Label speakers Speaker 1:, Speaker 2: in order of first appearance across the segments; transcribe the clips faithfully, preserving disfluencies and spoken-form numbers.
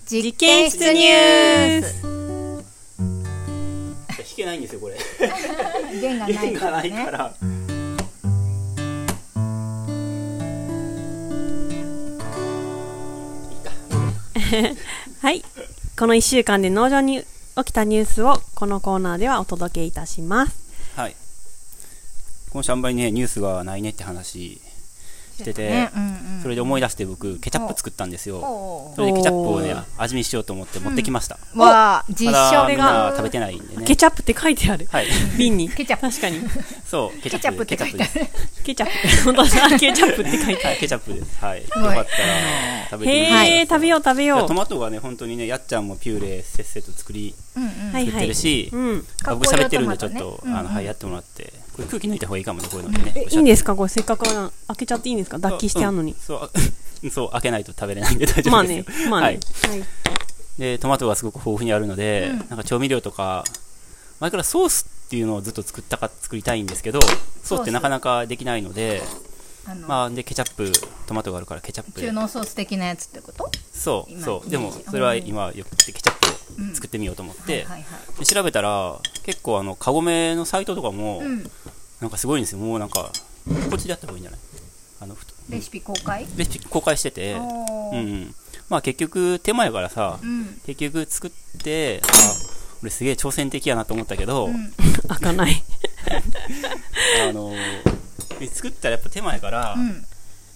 Speaker 1: 実験室ニュース。
Speaker 2: 弾けないんですよこれ
Speaker 1: 弦がないからね。
Speaker 2: 弦がないから
Speaker 3: はい、このいっしゅうかんで農場に起きたニュースをこのコーナーではお届けいたします。
Speaker 2: はい、今週あんまりねニュースがないねって話してて、ねうんうん、それで思い出して僕ケチャップ作ったんですよ。それでケチャップをね味見しようと思って持ってきました、
Speaker 1: うん、わー実証
Speaker 2: みんな食べてないんでね。
Speaker 3: ケチャップって書いてある、はい、瓶に
Speaker 1: ケチャップ
Speaker 3: 確かに
Speaker 2: そうケチャップって書いてある
Speaker 3: ケチャップ本当だケチャップって書いてある、はい、
Speaker 2: ケチャップです。はい、よかったら食べてみてください。
Speaker 3: へー食べよう食べよう。
Speaker 2: トマトがね本当にねやっちゃんもピューレせっせと作り、うんうん、作ってるし、はいはいうん、僕喋ってるんでちょっと、ね、あのはいやってもらって。これ空気抜いた方がいいかもねこういうのでね。
Speaker 3: えいいんですかこれせっかく開けちゃっていいんですか脱気してあんのに、うん、
Speaker 2: そうそう開けないと食べれないんで大丈夫ですよ。
Speaker 3: まあねまあね、はいはい、
Speaker 2: でトマトがすごく豊富にあるので、うん、なんか調味料とか前からソースっていうのをずっと作ったか作りたいんですけどソースってなかなかできないのであのまあでケチャップトマトがあるからケチャップ
Speaker 1: 中濃ソース的なやつってこと？
Speaker 2: そうそうでもそれは今よくケチャップを作ってみようと思って、うんはいはいはい、で調べたら結構あのカゴメのサイトとかも、うんなんかすごいんですよ。もうなんかこっちでやった方がいいんじゃない？あの
Speaker 1: レシピ公開？
Speaker 2: レシピ公開してて、うんうん、まあ結局手間やからさ、うん、結局作ってあ俺すげえ挑戦的やなと思ったけど、うん、
Speaker 3: 開かない
Speaker 2: あの作ったらやっぱ手間やから、うん、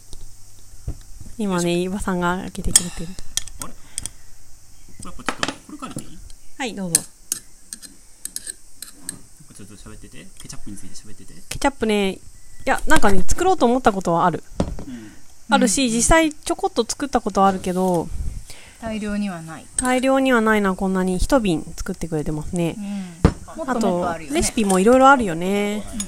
Speaker 3: 今ね岩さんが開けてくれてる。
Speaker 2: あれ？これちょっとこれ借りていい？
Speaker 3: はいどうぞ。
Speaker 2: ちょっと喋っててケチャップについて喋ってて。
Speaker 3: ケチャップねいやなんかね作ろうと思ったことはある、うん、あるし、うん、実際ちょこっと作ったことはあるけど
Speaker 1: 大量にはない
Speaker 3: 大量にはないな。こんなに一瓶作ってくれてますね、うん、もっともっとあるよね。あとレシピもいろいろあるよね、うん、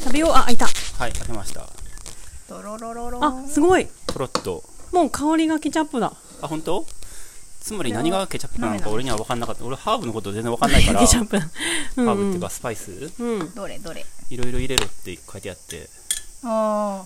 Speaker 3: 食べよう。あ開いた。
Speaker 2: はい開けました。
Speaker 1: ドロロロロ
Speaker 3: あすごい
Speaker 2: ポロッと
Speaker 3: もう香りがケチャップだ。
Speaker 2: あ本当？つまり何がケチャップなのか俺には分かんなかった。俺ハーブのこと全然分かんないから
Speaker 3: ケチャップ、
Speaker 2: うんうん、ハーブっていうかスパイス、
Speaker 1: うん、どれどれ
Speaker 2: いろいろ入れろって書いてあって。
Speaker 1: あ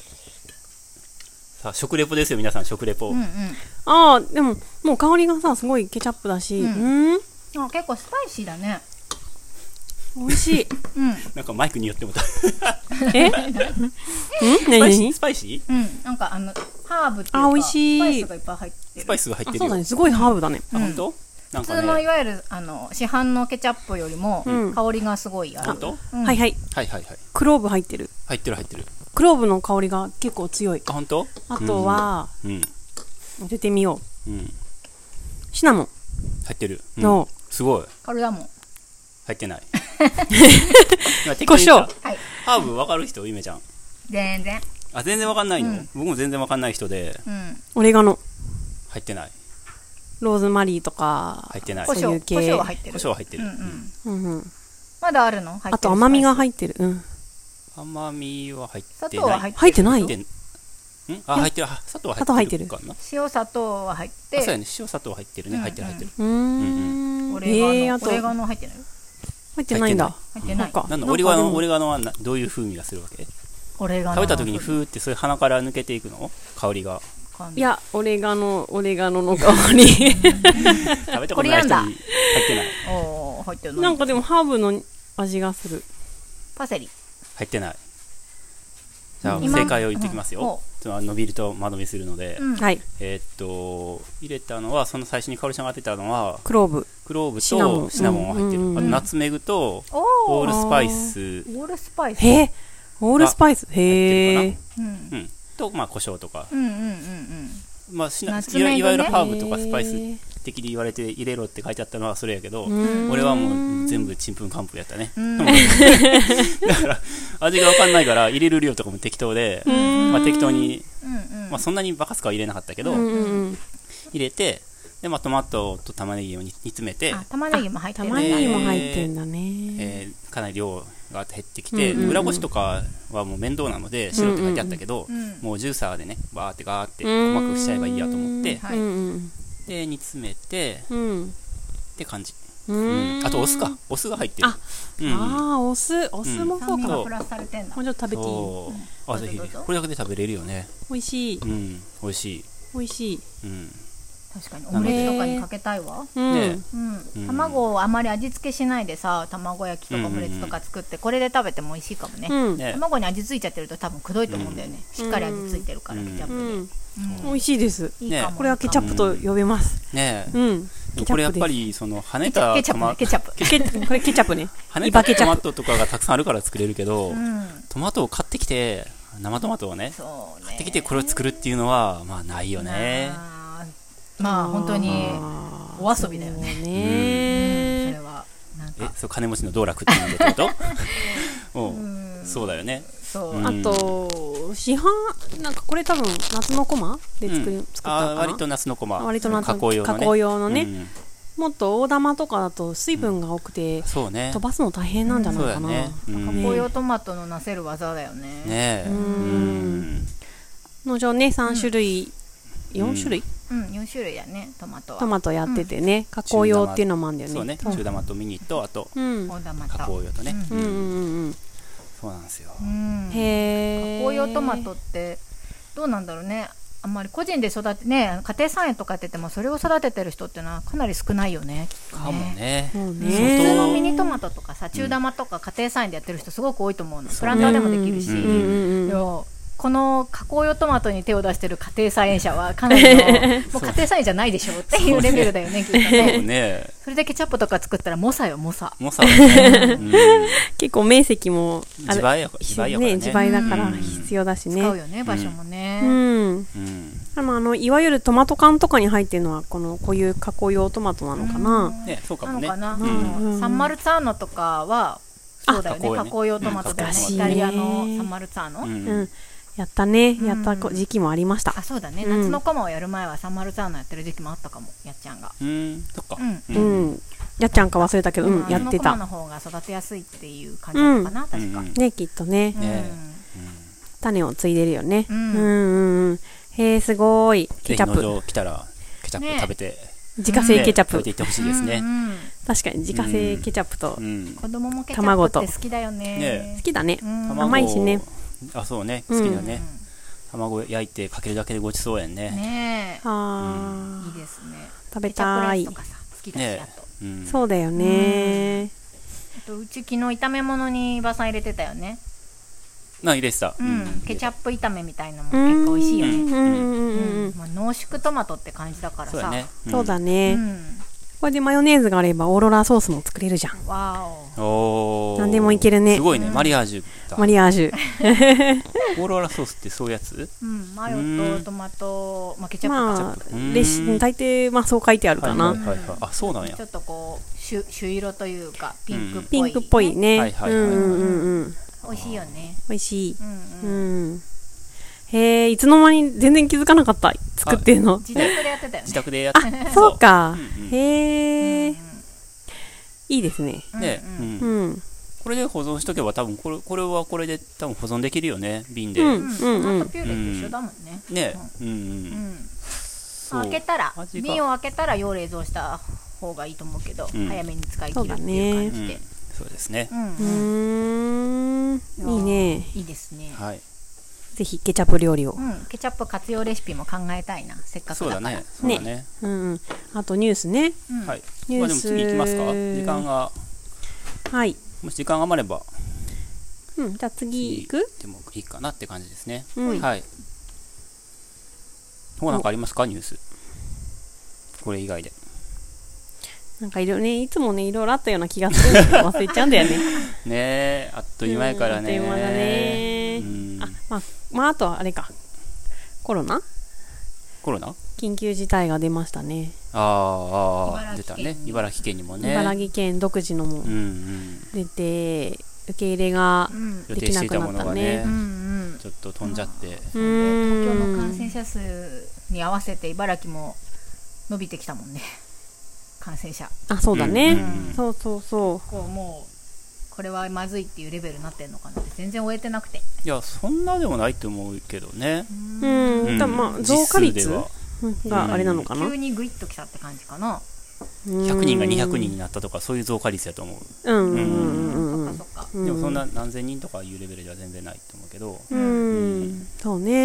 Speaker 2: さあ食レポですよ皆さん食レポ、うんうん、
Speaker 3: ああでももう香りがさすごいケチャップだし、うん
Speaker 1: うん、あ結構スパイシーだね。
Speaker 3: 美味しい、
Speaker 1: うん、
Speaker 2: なんかマイクによってもた
Speaker 3: えん何
Speaker 2: スパイシー、
Speaker 1: うん、なんかあのハーブっていうか
Speaker 3: あ美味しい
Speaker 1: スパイスがいっぱい入ってる。
Speaker 2: スパイスが入ってるよ。
Speaker 3: そうだねすごいハーブだね、
Speaker 2: うん、あ本当？
Speaker 1: なんかね、普通のいわゆるあの市販のケチャップよりも、うん、香りがすごいある。
Speaker 2: 本当？
Speaker 3: うん、はいはい
Speaker 2: はいはいはい。
Speaker 3: クローブ入ってる
Speaker 2: 入ってる入ってる。
Speaker 3: クローブの香りが結構強い。
Speaker 2: あ本当？
Speaker 3: あとは、うん、当ててみよう、うん、シナモン
Speaker 2: 入ってる、
Speaker 3: うん、
Speaker 2: すごい。
Speaker 1: カルダモン
Speaker 2: 入ってない
Speaker 3: 胡椒。
Speaker 2: はい、ハーブ分かる人ゆめちゃん？
Speaker 1: 全然
Speaker 2: あ全然分かんないの、うん、僕も全然分かんない人で、
Speaker 3: うん、オレガノ
Speaker 2: 入ってない。
Speaker 3: ローズマリーとか
Speaker 2: 入ってない。
Speaker 1: 胡椒、胡椒は入ってる。
Speaker 2: 胡椒は入ってる、
Speaker 1: うんうんうん、まだあるの？入ってる。
Speaker 3: あと甘みが入ってる、うん、
Speaker 2: 甘みは入ってない。
Speaker 1: 砂糖は入ってる。
Speaker 3: 入ってない。
Speaker 2: んあ入ってる。砂糖は入ってるかな。
Speaker 1: 塩砂糖は入って。
Speaker 2: あそうやね塩砂糖は入ってるね、うんうん、入ってる入ってる。
Speaker 3: うーん
Speaker 1: オレガノ、えー、あとオレガノ入ってない。
Speaker 3: 入ってないんだ。
Speaker 1: 入ってない。
Speaker 2: なんだオレガノオレガノはなどういう風味がするわけ？
Speaker 1: オレガノ
Speaker 2: 食べた時にフーってそういう鼻から抜けていくの？香りが。
Speaker 3: いやオレガノオレガノの香り
Speaker 2: 食べたことない人に入ってない。
Speaker 1: お入ってない。
Speaker 3: なんかでもハーブの味がする。
Speaker 1: パセリ
Speaker 2: 入ってない。じゃあ正解を言ってきますよ、うん、伸びると間延びするので、うん、えー、っと入れたのはその最初に香織ちゃんが当てたのは
Speaker 3: クローブ
Speaker 2: クローブとシナモン、シナモンが入ってる、うんうんうん、あとナツメグとオールスパイス。
Speaker 1: オールスパイス
Speaker 3: へーオールスパイスへー、
Speaker 2: うん、とまあ胡椒とか、
Speaker 1: うんうんうんうん
Speaker 2: まあ、しな、ね、いわゆるハーブとかスパイス的に言われて入れろって書いてあったのはそれやけど俺はもう全部ちんぷんかんぷんやったねだから味が分かんないから入れる量とかも適当で、まあ、適当に、まあ、そんなにバカスカは入れなかったけど入れてで、まあ、トマトと玉ねぎを煮詰めて。
Speaker 1: あ玉ねぎも入ってる。
Speaker 3: 玉ねぎも入ってるんだね、
Speaker 2: えー、かなり量が減ってきて、うんうんうん、裏ごしとかはもう面倒なので白って書いてあったけど、うんうん、もうジューサーでねバーってガーって細かくしちゃえばいいやと思って、はい、で煮詰めて、うん、って感じ、うん、あとお酢かお酢が入ってる。
Speaker 3: あ、うん、あお酢お酢もそうか、
Speaker 1: うん、プラスされてんだ。
Speaker 3: もうちょっと食べていい？
Speaker 2: うん、あぜひこれだけで食べれるよね。
Speaker 3: 美味しい、
Speaker 2: うん、美味しい
Speaker 3: 美味しい、
Speaker 2: うん、
Speaker 1: 確かにオムレツとかにかけたいわ。
Speaker 3: うん
Speaker 2: ね
Speaker 1: うん、卵をあまり味付けしないでさ、卵焼きとかオムレツとか作ってこれで食べても美味しいかもね。
Speaker 3: うん
Speaker 2: ね
Speaker 1: 卵に味付いちゃってると多分くどいと思うんだよね。しっかり味付いてるから、ケチャップで。
Speaker 3: うん美味しいです。
Speaker 1: いいかも。
Speaker 3: これはケチャップと呼べます。
Speaker 2: ねえ、
Speaker 3: うん
Speaker 2: これやっぱりその跳ねた
Speaker 1: ケチャップね、ケチャップ。
Speaker 3: ケこれケチャップね。
Speaker 2: 跳ねたトマトとかがたくさんあるから作れるけど、トマトを買ってきて生トマトをね買ってきてこれを作るっていうのはまあないよね。
Speaker 1: まあ本当にお遊びだよね。
Speaker 3: ね
Speaker 1: それはなん
Speaker 2: え、
Speaker 1: か
Speaker 2: そう金持ちの道楽って意味でってこと？うん、そうだよね。
Speaker 1: そう。
Speaker 3: あと市販なんかこれ多分夏のコマで作り作ったかな。
Speaker 2: 割と夏のコマ。
Speaker 3: 割と夏
Speaker 2: 加工用のね。
Speaker 3: 加工用のね。もっと大玉とかだと水分が多くて
Speaker 2: そうね
Speaker 3: 飛ばすの大変なんじゃないかな。
Speaker 2: 加
Speaker 1: 工用トマトのなせる技だよね。
Speaker 2: ねえ。うん。
Speaker 3: 農場ねさん種類よん種類。
Speaker 1: うん、よん種類やね、トマトは。
Speaker 3: トマトやっててね、加工用っていうのもあるんだよね。
Speaker 2: そうね、中玉とミニと、あと、加工用とね。
Speaker 3: うんうんうん。
Speaker 2: そうなんですよ。
Speaker 3: へ
Speaker 1: 加工用トマトって、どうなんだろうね。あんまり個人で育て、ね、家庭菜園とかやってても、それを育ててる人っていうのはかなり少ないよね。
Speaker 2: かもね。
Speaker 1: 普通のミニトマトとかさ、中玉とか家庭菜園でやってる人すごく多いと思うの。プランターでもできるし。この加工用トマトに手を出してる家庭菜園者はかなりのもう家庭菜園じゃないでしょっていうレベルだよね、きっとね。それでケチャップとか作ったら猛者よ、猛者。
Speaker 2: 猛者ね。
Speaker 3: 結構面積も
Speaker 2: 自倍やからね。
Speaker 3: 自倍だから必要だしね。
Speaker 1: 使うよね、場所もね。
Speaker 3: うん。あのいわゆるトマト缶とかに入ってるのはこのこういう加工用トマトなのかな。
Speaker 2: ね、そうかもね。
Speaker 1: サンマルツァーノとかはそうだよね、加工用トマトだよね。イタリアのサンマルツァーノ。
Speaker 3: うんやったね、やった時期もありました。
Speaker 1: あ、そうだね。夏のコマをやる前はサンマルツァーノやってる時期もあったかも、やっちゃんが。
Speaker 2: うん、そっか。
Speaker 3: うん、やっちゃんか忘れたけど、うん、やってた。
Speaker 1: コマの方が育てやすいっていう感じだったかな、確か。
Speaker 3: ね、きっとね。種を継いでるよね。うんうんうん。へえ、すごい。
Speaker 2: ケチャップ。農場来たらケチャップ食べて。
Speaker 3: 自家製ケチャップ。
Speaker 2: 食べていってほしいですね。
Speaker 3: 確かに自家製ケチャップと
Speaker 1: 子供もケチャップって好きだよね。
Speaker 3: 好きだね。甘いしね。
Speaker 2: あ、そうね、好きだね。卵焼いてかけるだけでごちそうやんね。
Speaker 1: ねえ。
Speaker 3: あ
Speaker 1: あ、いいですね。
Speaker 3: 食べたい。
Speaker 1: 好きだし、あと。
Speaker 3: そうだよね。
Speaker 1: あとうち昨日炒め物にばさん入れてたよね。
Speaker 2: な入れてた。
Speaker 1: うん。ケチャップ炒めみたいなのも結構美味しいよね。うん。まあ濃縮トマトって感じだからさ。
Speaker 3: そうだね。これでマヨネーズがあればオーロラソースも作れるじゃん。
Speaker 1: わ
Speaker 2: お。
Speaker 3: 何でもいけるね。
Speaker 2: すごいね、マリアージュだ。
Speaker 3: マリアージュ。
Speaker 2: オーロラソースってそういうやつ？
Speaker 1: うん、マヨとトマト、まあケチャップ。
Speaker 3: まあレシ大抵まあそう書いてあるかな。
Speaker 2: あ、そうなんや。
Speaker 1: ちょっとこう朱朱色というかピンクっぽい。
Speaker 3: ピンクっぽいね。はいはいはい。うんうんうん。
Speaker 1: 美味しいよね。
Speaker 3: 美味しい。うん。へえ、いつの間に全然気づかなかった。作ってるの。
Speaker 1: 自宅でやってたよね。
Speaker 2: 自宅でやって
Speaker 3: た。あ、そうか。へえ。いいですね。
Speaker 2: ね、うん。これで保存しとけば多分これこれはこれで多分保存できるよね、瓶で。
Speaker 1: うんうんうん。ピューレと一緒だもんね。
Speaker 2: ね、うんうん。
Speaker 1: 開けたら瓶を開けたら要冷蔵した方がいいと思うけど、早めに使い切るっていう感じで。
Speaker 2: そうですね。
Speaker 3: うん。いいね。
Speaker 1: いいですね。
Speaker 2: はい。
Speaker 3: ぜひケチャップ料理を、
Speaker 1: うん、ケチャップ活用レシピも考えたいな、せっかくだから。
Speaker 2: そうだね、そうだね。
Speaker 3: うん、あとニュースね。
Speaker 2: はい。ニュース。次行きますか。時間が。
Speaker 3: はい。
Speaker 2: もし時間が余れば。
Speaker 3: うん、じゃあ次行く？
Speaker 2: でもいいかなって感じですね。
Speaker 3: うん、
Speaker 2: はい。もうなんかありますか、ニュース。これ以外で。
Speaker 3: なんかいろいろね、いつもね、いろいろあったような気がするんだけど忘れちゃうんだよね。
Speaker 2: ねえ、あっという間やからね。あっと
Speaker 3: いう間だね。あ、まあ、まあ、あとはあれか。コロナ？
Speaker 2: コロナ？
Speaker 3: 緊急事態が出ましたね。
Speaker 2: ああ、出たね。茨城県にもね。
Speaker 3: 茨城県独自のも出て、受け入れができなくなったね。
Speaker 2: ちょっと飛んじゃって。
Speaker 1: 東京の感染者数に合わせて茨城も伸びてきたもんね。感染者。
Speaker 3: あ、そうだね。そうそうそう。
Speaker 1: こうもうこれはまずいっていうレベルになってんのかなって全然終えてなくて。
Speaker 2: いや、そんなでもないと思うけどね。
Speaker 3: うん。まあ増加率があれなのかな。
Speaker 1: 急にグイッときたって感じかな。
Speaker 2: ひゃくにんがにひゃくにんになったとかそういう増加率やと思う。
Speaker 3: うんうんうん。
Speaker 1: そっかそっか。
Speaker 2: でもそんな何千人とかいうレベルでは全然ないと思うけど。
Speaker 3: うん。そうね。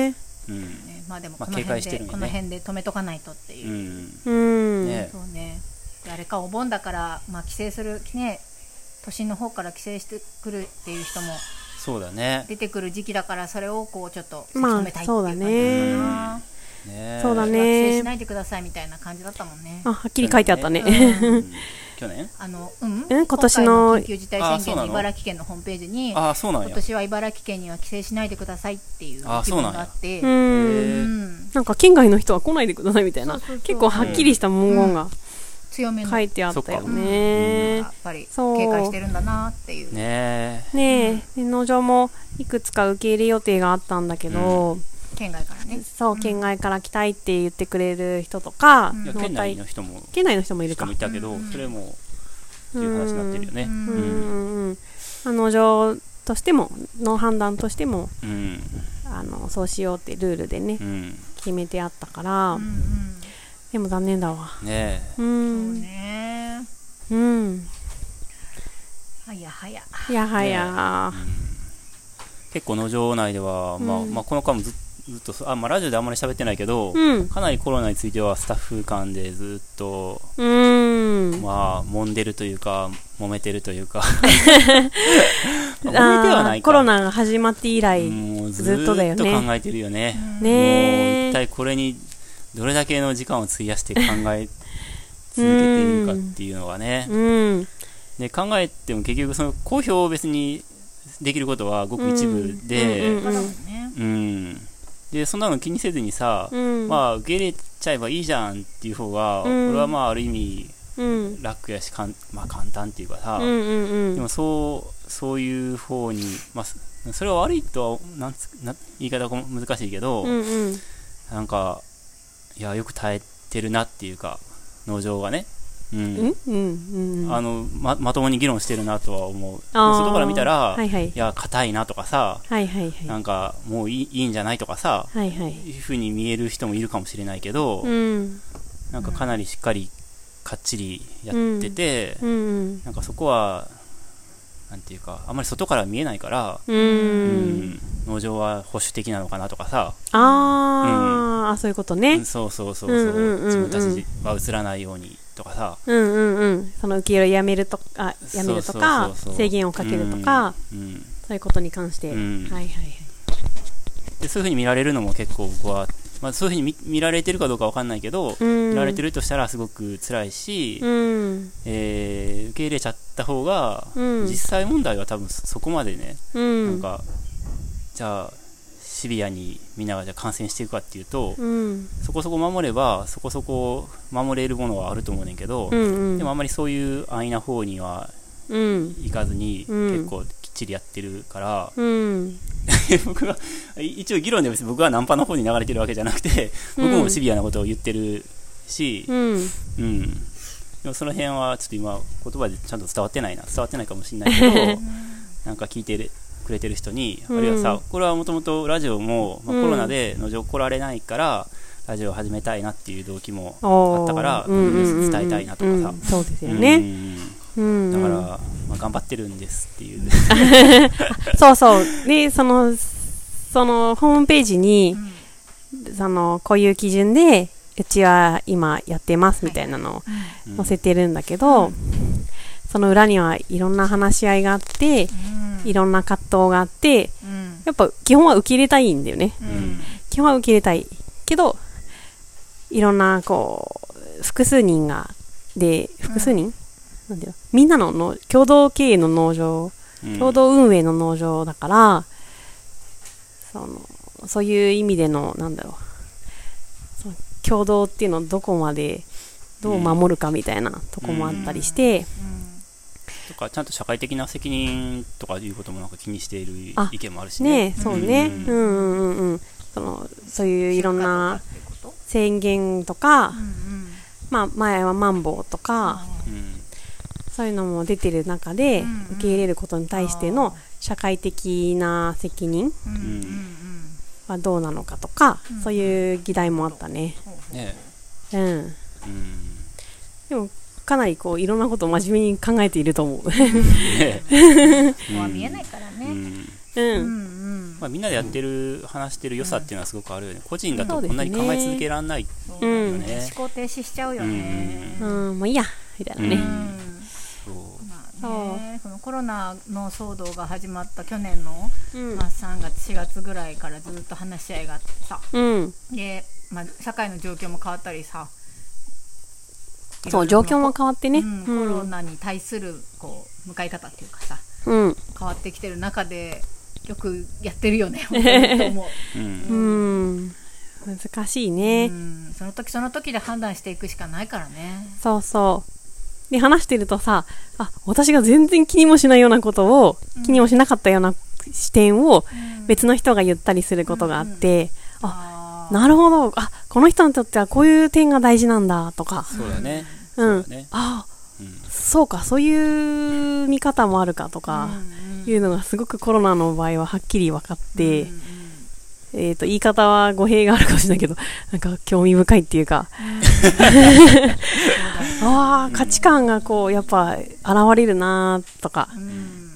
Speaker 2: うん
Speaker 1: ね、まあでもこ
Speaker 2: まあ
Speaker 1: の辺で、
Speaker 2: 警戒してるんよね
Speaker 1: この辺で止めとかないとっていうう、
Speaker 2: ん
Speaker 3: うん。
Speaker 2: ね
Speaker 1: そうね。であれかお盆だからまあ帰省するね、都心の方から帰省してくるっていう人も
Speaker 2: そうだね
Speaker 1: 出てくる時期だから、それをこうちょっと
Speaker 3: まあ
Speaker 1: 止めたいっていう感じだったかな。
Speaker 2: ね
Speaker 3: そうだね
Speaker 1: 帰省しないでくださいみたいな感じだったもんね。
Speaker 3: あ、はっきり書いてあったね。
Speaker 2: うん去年
Speaker 1: あのうん、
Speaker 3: うん今年の
Speaker 1: 今回緊急事態宣言の茨城県のホームページに、
Speaker 2: ああそうなんや
Speaker 1: 今年は茨城県には帰省しないでくださいっていう
Speaker 2: あ
Speaker 1: 一文があって、
Speaker 3: う。
Speaker 1: うんん
Speaker 3: なんか県外の人は来ないでくださいみたいな、
Speaker 1: そうそうそう
Speaker 3: 結構はっきりした文言が
Speaker 1: 強めの
Speaker 3: 書いてあったよ
Speaker 1: や
Speaker 3: ね
Speaker 1: っ。ぱり
Speaker 3: そう
Speaker 1: 警戒してるんだなっていう。
Speaker 2: ねえ
Speaker 3: ねえ、で農場もいくつか受け入れ予定があったんだけど、
Speaker 1: 県外からね。
Speaker 3: そう、県外から来たいって言ってくれる人とか、
Speaker 1: うん
Speaker 3: 農
Speaker 2: いや県内
Speaker 3: 体
Speaker 2: の人も
Speaker 3: 県内の人もいるか
Speaker 2: 人もいたけどそれもっていう話になってるよね
Speaker 1: うん
Speaker 3: うんうんうんまあ農場としても農判断としても
Speaker 2: うん
Speaker 3: あのそうしようってルールでね
Speaker 2: うん
Speaker 3: 決めてあったから、
Speaker 1: うんうん
Speaker 3: でも残念だわ。
Speaker 2: ね
Speaker 3: う、
Speaker 1: そうんね。
Speaker 3: うん、
Speaker 1: はやはや。
Speaker 3: いやはや、
Speaker 2: え結構農場内ではまあ
Speaker 3: うん
Speaker 2: まあこの間もずずっとあまあラジオであんまり喋ってないけど
Speaker 3: うん、
Speaker 2: かなりコロナについてはスタッフ間でずっと
Speaker 3: うん、
Speaker 2: まあ揉んでるというか揉めてるというかまあ揉めてはないか
Speaker 3: あーコロナが始まって以来、
Speaker 2: もうず
Speaker 3: ずっとだよ
Speaker 2: っと
Speaker 3: ね
Speaker 2: 考えてるよねもう
Speaker 3: ね
Speaker 2: 一体これにどれだけの時間を費やして考え続けているかっていうのがね
Speaker 3: うん、
Speaker 2: で考えても結局その公表を別にできることはごく一部で、
Speaker 3: うんうん
Speaker 1: まだもんね。
Speaker 2: うん、でそんなの気にせずにさ、
Speaker 3: うん、
Speaker 2: まあ受け入れちゃえばいいじゃんっていう方が、
Speaker 3: うん
Speaker 2: 俺はまあある意味
Speaker 3: うん、
Speaker 2: 楽やしかん、まあ、簡単っていうかさ、
Speaker 3: うんうんうん
Speaker 2: でもそうそういう方に、まあ、そそれは悪いとはなんつな言い方が難しいけど、
Speaker 3: うんうん
Speaker 2: なんかいやよく耐えてるなっていうか農場がね、うん
Speaker 3: うんうんうん
Speaker 2: あの ま, まともに議論してるなとは思う。で
Speaker 3: あー
Speaker 2: 外から見たら、
Speaker 3: はいはい
Speaker 2: いや硬いなとかさ、
Speaker 3: はいはいはい
Speaker 2: なんかもういいいいんじゃないとかさ、
Speaker 3: はいはい
Speaker 2: いう風に見える人もいるかもしれないけど、
Speaker 3: うん
Speaker 2: なんかかなりしっかりかっちりやってて、
Speaker 3: うんうん
Speaker 2: なんかそこはなんていうかあんまり外から見えないから、
Speaker 3: う
Speaker 2: うんん農場は保守的なのかなとかさ、
Speaker 3: あーあそういうことね
Speaker 2: うんそうそうそうそう、
Speaker 3: うんうんうんうん
Speaker 2: 自分たちは映らないようにとかさ、
Speaker 3: うんうんうんその受け入れをやめるとかやめるとか
Speaker 2: そうそうそうそう
Speaker 3: 制限をかけるとか
Speaker 2: うんうん
Speaker 3: そういうことに関して、
Speaker 2: うん
Speaker 3: はいはいはい
Speaker 2: でそういう風に見られるのも結構僕は、まあ、そういう風に 見, 見られてるかどうかわかんないけど、
Speaker 3: うん
Speaker 2: 見られてるとしたらすごく辛いし、
Speaker 3: うん
Speaker 2: えー受け入れちゃった方が、
Speaker 3: うん
Speaker 2: 実際問題は多分そそこまでね、
Speaker 3: うん
Speaker 2: なんかじゃあシビアにみんながじゃあ感染していくかっていうと、
Speaker 3: うん
Speaker 2: そこそこ守ればそこそこ守れるものはあると思うねんけど、
Speaker 3: うんうん
Speaker 2: でもあんまりそういう安易な方には
Speaker 3: うん
Speaker 2: いかずに、
Speaker 3: うん
Speaker 2: 結構きっちりやってるから、
Speaker 3: うん
Speaker 2: 僕は一応議論で別に僕はナンパの方に流れてるわけじゃなくて、僕もシビアなことを言ってるし、
Speaker 3: うん
Speaker 2: うん、でもその辺はちょっと今言葉でちゃんと伝わってないな伝わってないかもしれないけどなんか聞いてくれてる人に、
Speaker 3: うん
Speaker 2: あるいはさこれはもともとラジオも、まあ
Speaker 3: うん
Speaker 2: コロナで農場来られないからラジオを始めたいなっていう動機も
Speaker 3: おー
Speaker 2: あったから
Speaker 3: うんうんうんうん
Speaker 2: 伝えたいなとかさ、
Speaker 3: うんそうですよ
Speaker 2: う
Speaker 3: ね
Speaker 2: ん
Speaker 3: うん
Speaker 2: だから、まあ、頑張ってるんですっていう
Speaker 3: そうそうでそのそのホームページにそのこういう基準でうちは今やってますみたいなのを
Speaker 2: うん
Speaker 3: 載せてるんだけど、その裏にはいろんな話し合いがあって
Speaker 1: うん
Speaker 3: いろんな葛藤があって
Speaker 1: うん
Speaker 3: やっぱ基本は受け入れたいんだよね。
Speaker 1: う
Speaker 2: うん
Speaker 1: ん
Speaker 3: 基本は受け入れたいけどいろんなこう複数人がで複数人、なんていうのみんなのの共同経営の農場
Speaker 2: うん
Speaker 3: 共同運営の農場だからそのそういう意味でのなんだろうその共同っていうのをどこまでどう守るかみたいなとこもあったりして、
Speaker 2: とかちゃんと社会的な責任とかいうこともなんか気にしている
Speaker 3: あ
Speaker 2: 意見もあるしね。
Speaker 3: ねそうね、
Speaker 2: うん
Speaker 3: うんうんうんうんそのそういういろんな
Speaker 1: ってこと
Speaker 3: 宣言とか、
Speaker 1: うんうん
Speaker 3: まあ前はマンボウとか、
Speaker 2: うん
Speaker 3: そういうのも出てる中で、
Speaker 1: うんうん
Speaker 3: 受け入れることに対しての社会的な責任
Speaker 1: うんうんうん
Speaker 3: はどうなのかとか、
Speaker 1: うん
Speaker 3: そういう議題もあったね。
Speaker 2: ね
Speaker 3: うん。
Speaker 2: うん
Speaker 3: でもかなりこういろんなことを真面目に考えていると思う。
Speaker 2: ね
Speaker 1: そうは見えないからね。
Speaker 2: うん
Speaker 3: う。
Speaker 1: うんん
Speaker 2: まあ、みんなでやってる話してる良さっていうのはすごくあるよね。個人だとこんなに考え続けられないよ
Speaker 1: うん
Speaker 2: ね。
Speaker 1: 思考停止しちゃうよね。
Speaker 3: うん、もういいやみたいなね。
Speaker 2: うん
Speaker 1: そう
Speaker 3: そう
Speaker 1: まあね、このコロナの騒動が始まった去年の、
Speaker 3: うん
Speaker 1: まあ、さんがつしがつぐらいからずっと話し合いがあってさ、
Speaker 3: うん、
Speaker 1: で、まあ、社会の状況も変わったりさ、
Speaker 3: そう状況も変わってね、
Speaker 1: うんコロナに対するこう向かい方っていうかさ、
Speaker 3: うん、
Speaker 1: 変わってきてる中でよくやってるよね本当にと思う、
Speaker 3: うん、難しいね、
Speaker 1: うん、その時その時で判断していくしかないからね。
Speaker 3: そうそうで話してるとさ、あ、私が全然気にもしないようなことを、うん、気にもしなかったような視点を別の人が言ったりすることがあって、うんうん、あ、なるほど、あ、この人にとってはこういう点が大事なんだとか、
Speaker 2: そうだね、
Speaker 3: うん、
Speaker 2: そうだね、
Speaker 3: あ、うん、そうか、そういう見方もあるかとか、うん、いうのがすごくコロナの場合ははっきり分かって、うんうん、えーと、言い方は語弊があるかもしれないけど、なんか興味深いっていうか、ああ、価値観がこうやっぱ現れるなとか、うん、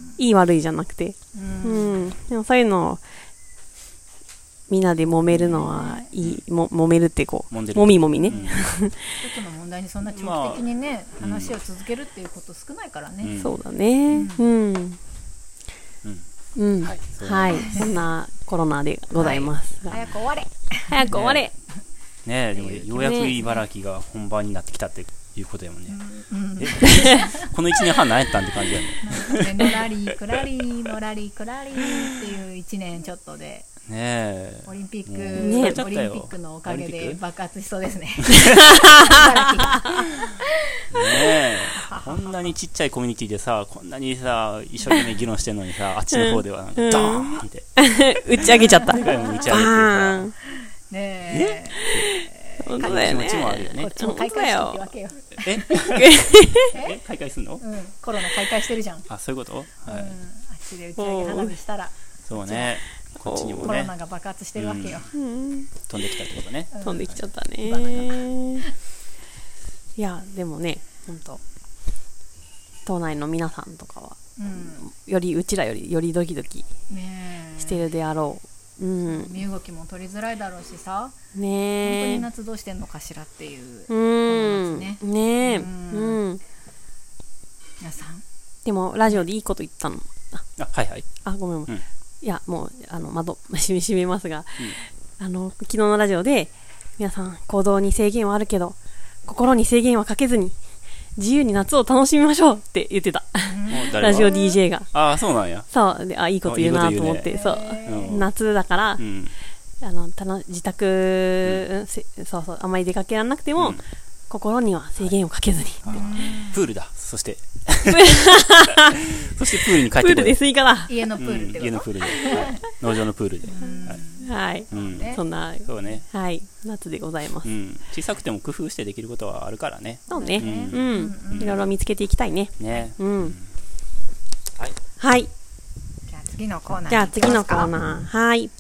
Speaker 3: いい悪いじゃなくて、うんうん、でもそういうのをみんなで揉めるのはいい、も揉めるってこうもみもみね、うん、
Speaker 1: 一つの問題にそんな長期的にね、まあ、話を続けるっていうこと少ないからね、
Speaker 3: うん、そうだね、うんうんうんうん、はい、はい、そんなコロナでございます、
Speaker 1: はい、早く終われ
Speaker 3: 早く終われ
Speaker 2: ねえ、でもようやく茨城が本番になってきたっていうことやもんね、うんうん、このいちねんはん何やったんって感じやね
Speaker 1: のらりくらりのらりくらりっていういちねんちょっとで
Speaker 2: ねえ
Speaker 1: オリンピック、
Speaker 3: ね、
Speaker 1: オリンピックのおかげで爆発しそうですねね
Speaker 2: えこんなにちっちゃいコミュニティでさ、こんなにさ一生懸命議論してるのにさ、あっちの方ではなんかドーンって
Speaker 3: 打ち上げちゃった
Speaker 2: 打ち上げてさ
Speaker 1: ねえ
Speaker 3: 本当だよね。
Speaker 2: 気持ちもあるよね。
Speaker 1: こっちも開会式ってわけよ。
Speaker 2: ええ開会すんの？
Speaker 1: うん、コロナ開会してるじゃん。
Speaker 2: あ、そういうこと？はい。うん、あっ
Speaker 1: ちで打ち上げ花火したら。
Speaker 2: そうね。こっちにもね。
Speaker 1: コロナが爆発してるわけよ。
Speaker 2: うん、飛んできたってことね。
Speaker 3: 飛んできちゃったね。いやでもね、本当島内の皆さんとかは、うん、よりうちらよりよりドキドキしてるであろう。うん、
Speaker 1: 身動きも取りづらいだろうしさ、
Speaker 3: ね、
Speaker 1: 本当に夏どうしてんのかしらっていう、
Speaker 3: うん、ね、ね、うん、
Speaker 1: うん、皆さん
Speaker 3: でもラジオでいいこと言ったの。
Speaker 2: あ、はいはい。
Speaker 3: あ、ごめん、うん、いやもうあの窓閉め閉めますが、うん、あの昨日のラジオで皆さん行動に制限はあるけど心に制限はかけずに自由に夏を楽しみましょうって言ってた、うん、ラジオ ディージェー が。
Speaker 2: ああ、そうなんや。
Speaker 3: そうで、あ、いいこと言うなと思って、いいね、そう、夏だから、うん、あのたの自宅、うん、そうそう、あまり出かけられなくても、うん、心には制限をかけずに、はい、
Speaker 2: プールだ。そしてそしてプールに帰ってこい。
Speaker 3: プールでスイカだ。
Speaker 1: 家のプールってこと、
Speaker 2: うん、家のプールで、はい、農場のプールで、
Speaker 3: はい、うん、そんな、
Speaker 2: そうね、はい、
Speaker 3: 夏でございます、うん、
Speaker 2: 小さくても工夫してできることはあるからね。
Speaker 3: そうね、うん、うん、いろいろ見つけていきたいね。
Speaker 2: ね、
Speaker 3: うん、
Speaker 2: はい、
Speaker 3: はい、
Speaker 1: じゃあ次のコーナー。
Speaker 3: じゃあ次のコーナー、はい。